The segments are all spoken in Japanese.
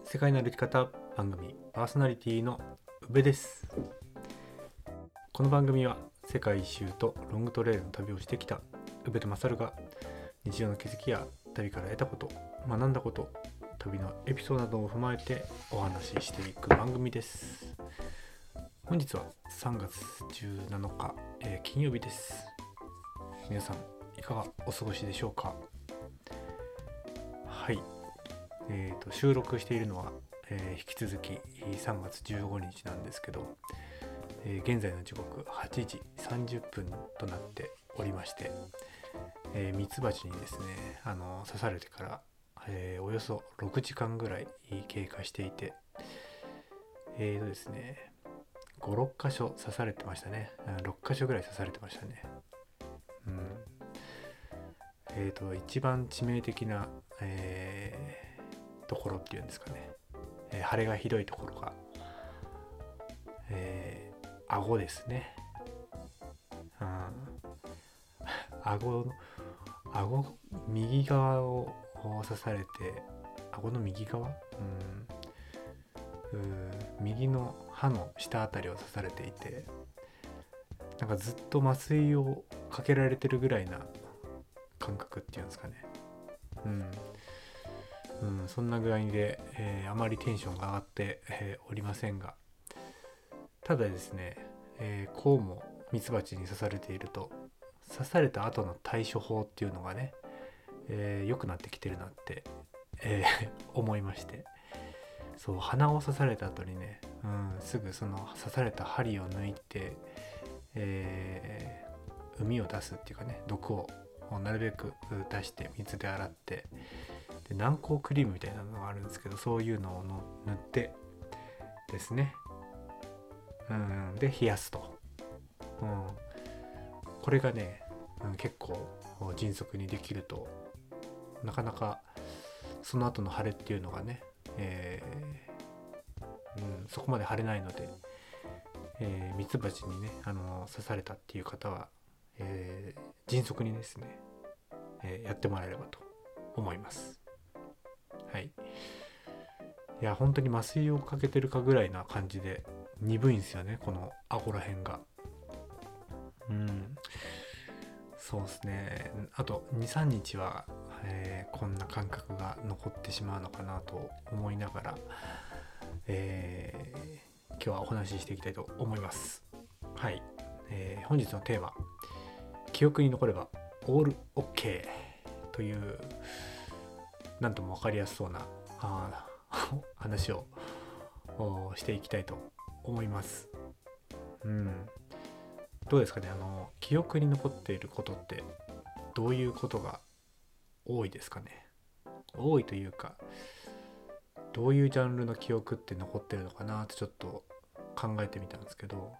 世界の歩き方番組パーソナリティの宇部です。この番組は世界一周とロングトレイルの旅をしてきた宇部と勝が日常の気づきや旅から得たこと、学んだこと、旅のエピソードなどを踏まえてお話ししていく番組です。本日は3月17日、金曜日です。皆さんいかがお過ごしでしょうか。はい、収録しているのは、引き続き3月15日なんですけど、現在の時刻8時30分となっておりまして、ミツバチにですね刺されてから、およそ6時間ぐらい経過していて、ですね5、6箇所刺されてましたね。6箇所ぐらい刺されてましたね。一番致命的な、ところっていうんですかね、腫れがひどいところが、顎ですね。顎右側を刺されて、顎の右側、右の歯の下あたりを刺されていて、なんかずっと麻酔をかけられてるぐらいな感覚っていうんですかね。そんな具合で、あまりテンションが上がって、おりませんが、ただですね、こうもミツバチに刺されていると、刺された後の対処法っていうのがね、良くなってきてるなって、思いまして、そう、鼻を刺された後にね、すぐその刺された針を抜いて、膿を出すっていうかね、毒をなるべく出して水で洗って、で軟膏クリームみたいなのがあるんですけど、そういうのを塗ってですね、で冷やすと、これがね、結構迅速にできると、なかなかその後の腫れっていうのがね、そこまで腫れないので、ミツバチにね刺されたっていう方は、迅速にですね、やってもらえればと思います。はい。いや本当に麻酔をかけてるかぐらいな感じで鈍いんですよね、この顎らへんが。そうですね。あと 2,3 日は、こんな感覚が残ってしまうのかなと思いながら、今日はお話ししていきたいと思います。はい、本日のテーマ、記憶に残ればオール OK という、なんとも分かりやすそうな話をしていきたいと思います。どうですかね、記憶に残っていることってどういうことが多いですかね。多いというか、どういうジャンルの記憶って残ってるのかなってちょっと考えてみたんですけど、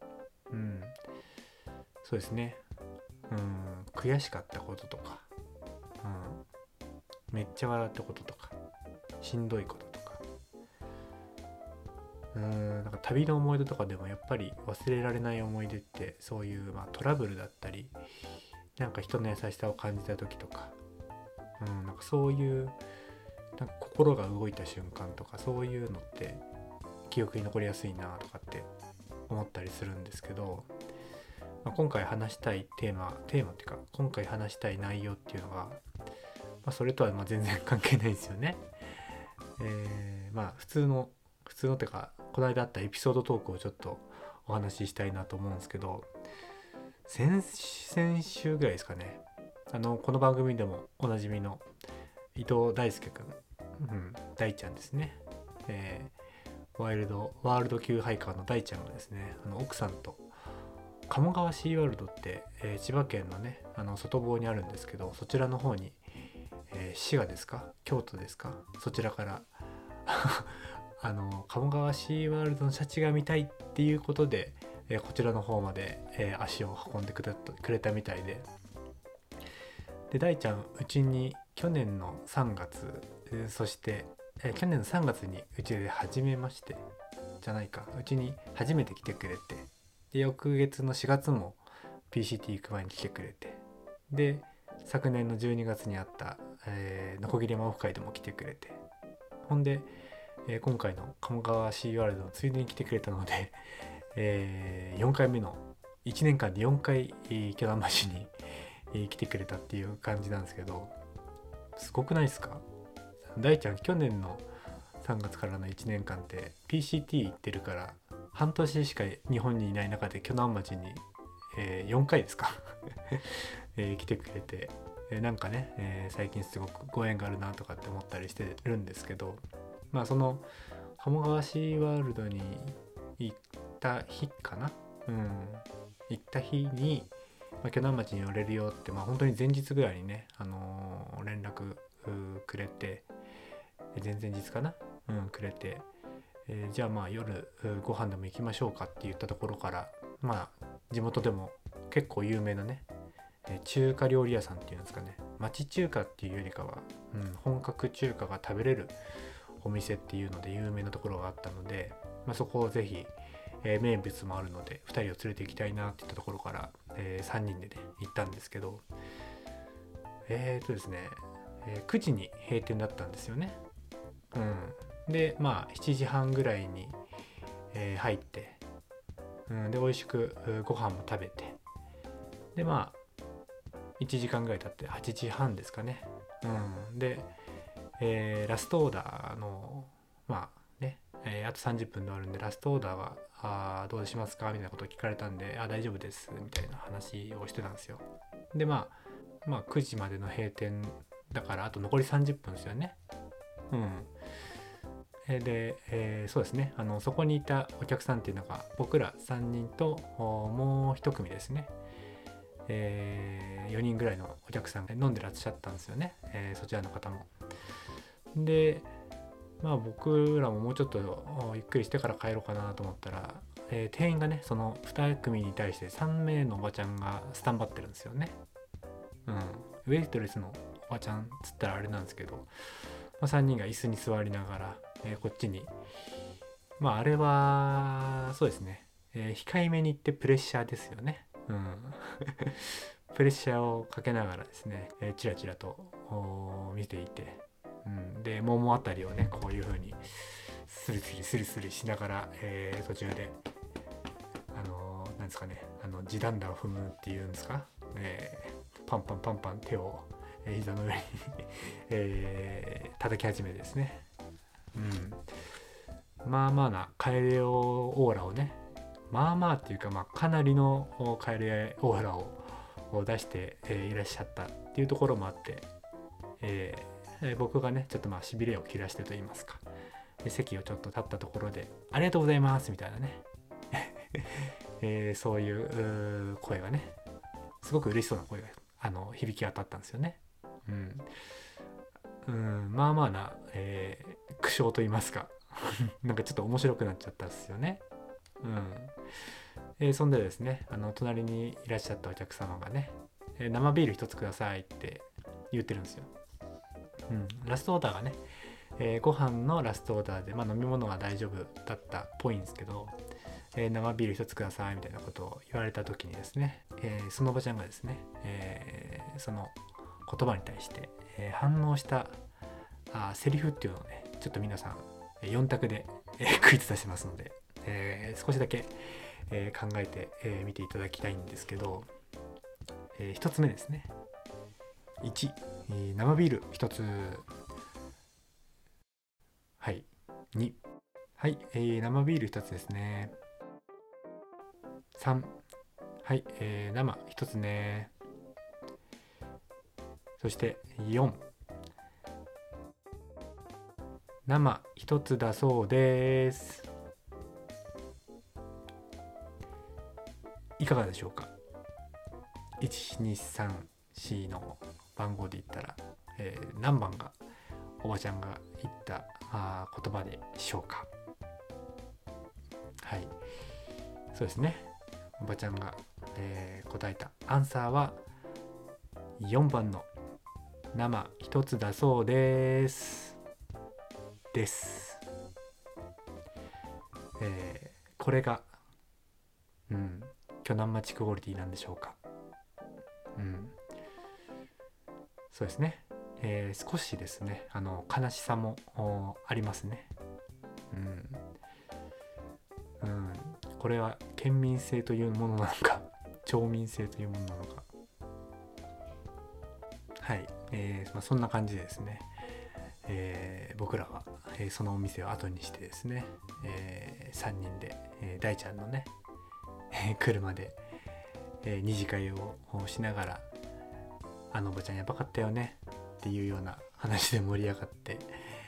そうですね、悔しかったこととか、めっちゃ笑ったこととか、しんどいこととか、なんか旅の思い出とかでもやっぱり忘れられない思い出って、そういう、トラブルだったり、なんか人の優しさを感じた時とか、なんかそういうなんか心が動いた瞬間とか、そういうのって記憶に残りやすいなとかって思ったりするんですけど、今回話したいテーマっていうか、今回話したい内容っていうのが、それとは全然関係ないですよね。普通のっていうか、この間あったエピソードトークをちょっとお話ししたいなと思うんですけど、先週ぐらいですかね、この番組でもおなじみの伊藤大輔くん、大ちゃんですね、ワールド級ハイカーの大ちゃんがですね、奥さんと鴨川シーワールドって、千葉県のね外房にあるんですけど、そちらの方に、滋賀ですか京都ですか、そちらから鴨川シーワールドのシャチが見たいっていうことで、こちらの方まで、足を運んでくれたみたいで、大ちゃんうちに去年の3月、そして、去年の3月にうちで初めましてじゃないか、うちに初めて来てくれて、で翌月の4月も PCT 行く前に来てくれて、で昨年の12月にあった、ノコギリ山オフ会でも来てくれて、ほんで、 今回の鴨川シーワールドのついでに来てくれたので、4回目の1年間で4回鋸南町に、来てくれたっていう感じなんですけど、すごくないですか？大ちゃん去年の3月からの1年間って PCT 行ってるから半年しか日本にいない中で鋸南町に、4回ですか、来てくれて、なんかね、最近すごくご縁があるなとかって思ったりしてるんですけど、まあその鴨川シーワールドに行った日かな、行った日に、鋸南町に寄れるよって、本当に前日ぐらいにね、連絡くれて、前々日かな、くれて、じゃあ夜ご飯でも行きましょうかって言ったところから、地元でも結構有名なね、中華料理屋さんっていうんですかね、町中華っていうよりかは、本格中華が食べれるお店っていうので有名なところがあったので、そこをぜひ、名物もあるので2人を連れて行きたいなっていったところから、3人でね行ったんですけど、ですね、9時に閉店だったんですよね。で7時半ぐらいに、入って、で美味しくご飯も食べて、で1時間ぐらい経って8時半ですかね、で、ラストオーダーのあと30分であるんでラストオーダーはどうしますかみたいなことを聞かれたんで、大丈夫ですみたいな話をしてたんですよ。で9時までの閉店だからあと残り30分ですよね。で、そうですね、そこにいたお客さんっていうのが僕ら3人ともう1組ですね、4人ぐらいのお客さんが飲んでらっしゃったんですよね、そちらの方も。で僕らももうちょっとゆっくりしてから帰ろうかなと思ったら、店員がねその2組に対して3名のおばちゃんがスタンバってるんですよね。ウェイトレスのおばちゃんつったらあれなんですけど、3人が椅子に座りながら、こっちにあれはそうですね、控えめに言ってプレッシャーですよね。プレッシャーをかけながらですね、チラチラと見ていて、で桃あたりをねこういう風にスリスリスリスリしながら、途中でなんですかね、地団打を踏むっていうんですか、パンパンパンパン手を膝の上に叩き始めですね。なカエレオーラをね、っていうかかなりのカエレオーラを出して、いらっしゃったっていうところもあって、僕がねちょっとしびれを切らしてと言いますか、席をちょっと立ったところでありがとうございますみたいなねそういう声がね、すごく嬉しそうな声が響き当たったんですよね。な、苦笑と言いますかなんかちょっと面白くなっちゃったんですよね。そんでですね、隣にいらっしゃったお客様がね、生ビール一つくださいって言ってるんですよ。ラストオーダーがね、ご飯のラストオーダーで、飲み物は大丈夫だったっぽいんですけど、生ビール一つくださいみたいなことを言われた時にですね、そのおばちゃんがですね、その言葉に対して、反応したセリフっていうのをねちょっと皆さん4択で、クイズ出しますので、少しだけ、考えてみていただきたいんですけど、1つ目ですね。1、生ビール1つ。はい。2、はい、生ビール1つですね。3、はい、生1つね。そして4、生1つだそうです。いかがでしょうか。1234の番号で言ったら、何番がおばちゃんが言った言葉でしょうか。はい、そうですね。おばちゃんが、答えたアンサーは4番の生一つだそうですです。これが鋸南町クオリティなんでしょうか。そうですね。少しですね悲しさもありますね。 これは県民性というものなのか町民性というものなのか。はい、そんな感じでですね、僕らは、そのお店を後にしてですね、3人で、大ちゃんのね車で、二次会をしながら、あのおばちゃんやばかったよねっていうような話で盛り上がって、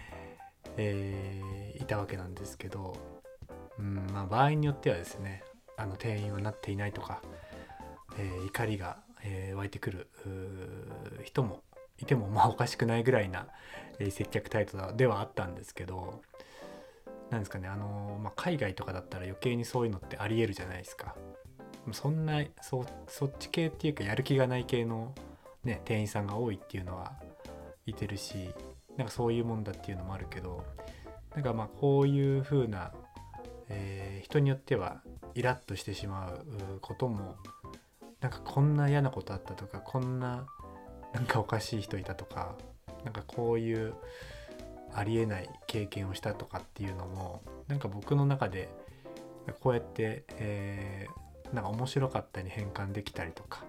いたわけなんですけど、場合によってはですね、店員はなっていないとか、怒りが、湧いてくる人もいてもおかしくないぐらいな、接客態度ではあったんですけど、なんですかね、海外とかだったら余計にそういうのってありえるじゃないですか。そっち系っていうかやる気がない系の、ね、店員さんが多いっていうのはいてるし、なんかそういうもんだっていうのもあるけど、なんかこういう風な、人によってはイラッとしてしまうことも、なんかこんな嫌なことあったとか、こんななんかおかしい人いたとか、なんかこういうありえない経験をしたとかっていうのも、なんか僕の中でこうやって、なんか面白かったり変換できたりとか、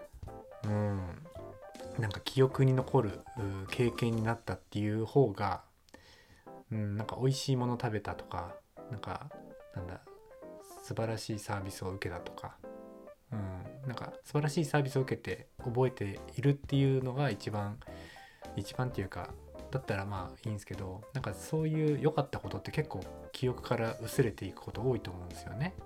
なんか記憶に残る経験になったっていう方が、なんか美味しいもの食べたとか、なんか素晴らしいサービスを受けたとか、なんか素晴らしいサービスを受けて覚えているっていうのが一番っていうか、だったらいいんですけど、なんかそういう良かったことって結構記憶から薄れていくこと多いと思うんですよね。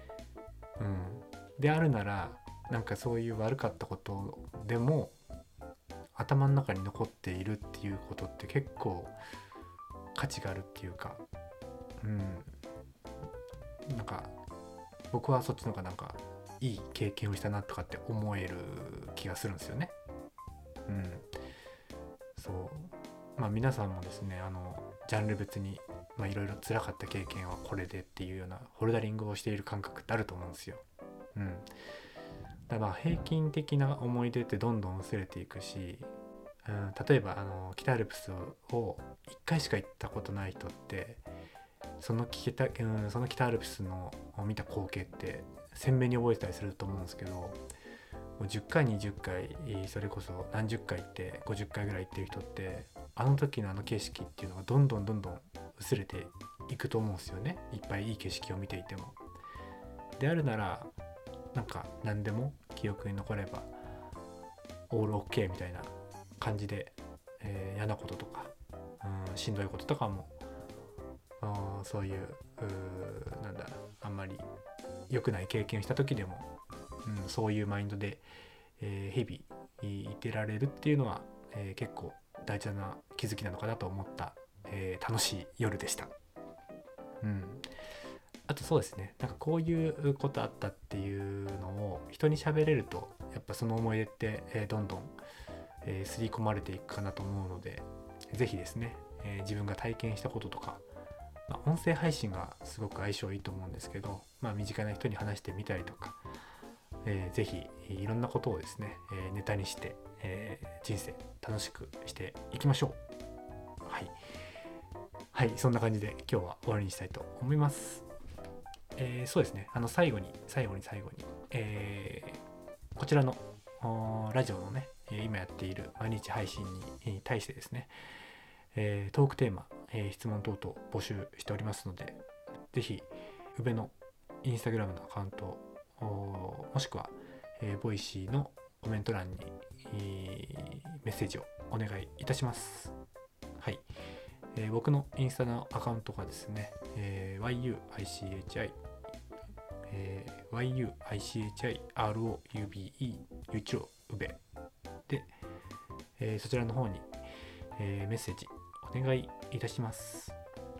であるなら、なんかそういう悪かったことでも頭の中に残っているっていうことって結構価値があるっていうか、なんか僕はそっちの方がなんかいい経験をしたなとかって思える気がするんですよね。皆さんもですね、ジャンル別にいろいろ辛かった経験はこれでっていうようなホルダリングをしている感覚ってあると思うんですよ。だから平均的な思い出ってどんどん薄れていくし、例えば北アルプスを1回しか行ったことない人って、その北アルプスの見た光景って鮮明に覚えてたりすると思うんですけど、もう10回20回、それこそ何十回行って50回ぐらい行ってる人って、あの時の景色っていうのがどんどん薄れていくと思うんですよね。いっぱいいい景色を見ていても。であるなら、なんか何でも記憶に残ればオールオッケーみたいな感じで、嫌なこととか、しんどいこととかも、そういうあんまり良くない経験をした時でも、そういうマインドで、日々いてられるっていうのは、結構大事な気づきなのかなと思った、楽しい夜でした。あとそうですね、なんかこういうことあったっていうのを人に喋れると、やっぱその思い出って、どんどん、刷り込まれていくかなと思うので、ぜひですね、自分が体験したこととか、音声配信がすごく相性いいと思うんですけど、身近な人に話してみたりとか、ぜひいろんなことをですね、ネタにして、人生楽しくしていきましょう。はい、そんな感じで今日は終わりにしたいと思います。そうですね、最後に、こちらのラジオのね、今やっている毎日配信に対してですね、トークテーマ、質問等々募集しておりますので、ぜひ宇部のインスタグラムのアカウント、もしくは、ボイシーのコメント欄に、メッセージをお願いいたします。はい、僕のインスタのアカウントがですね、yuichi yuichiroube ゆういちろうべで、そちらの方に、メッセージお願いいたします。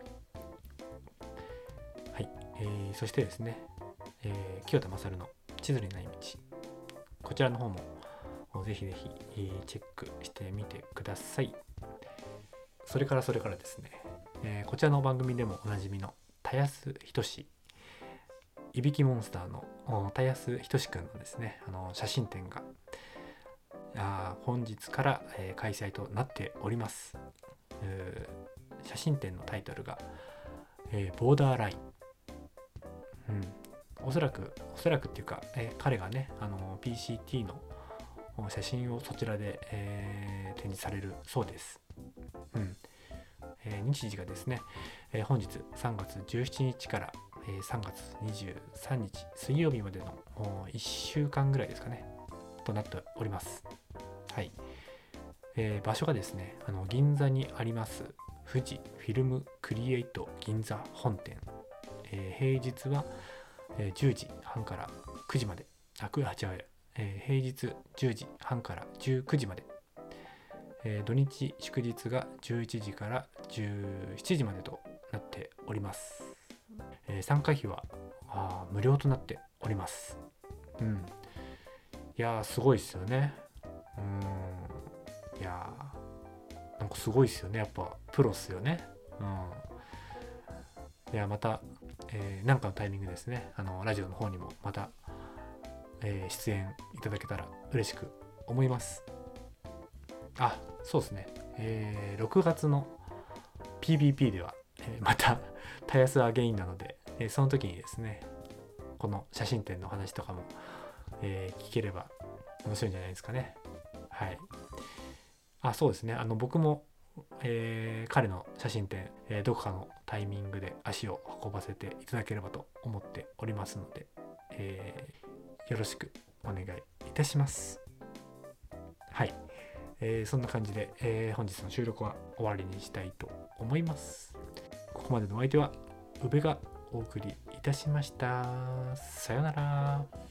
はい、そしてですね、清田勝の地図にない道、こちらの方もぜひぜひチェックしてみてください。それからですね、こちらの番組でもおなじみの田安仁いびきモンスターの田安仁くんのですね、写真展が本日から、開催となっております。写真展のタイトルが、 ボーダーライン、おそらくっていうか、彼がねPCT の写真をそちらで、展示されるそうです。日時がですね、本日3月17日から、3月23日水曜日までの1週間ぐらいですかねとなっております。はい。場所がですね、銀座にあります富士フィルムクリエイト銀座本店、平日は10時半から9時まで、平日10時半から19時まで、土日祝日が11時から17時までとなっております。参加費は無料となっております。いやーすごいですよね。いやーなんかすごいですよね。やっぱプロっすよね。いやまた、なんかのタイミングですね、ラジオの方にもまた、出演いただけたら嬉しく思います。そうですね、6月の PBP では、またタヤスアゲインなので、その時にですねこの写真展の話とかも、聞ければ面白いんじゃないですかね。はい。そうですね、僕も、彼の写真展、どこかのタイミングで足を運ばせていただければと思っておりますので、よろしくお願いいたします。はい。そんな感じで、本日の収録は終わりにしたいと思います。ここまでのお相手は宇部がお送りいたしました。さようなら。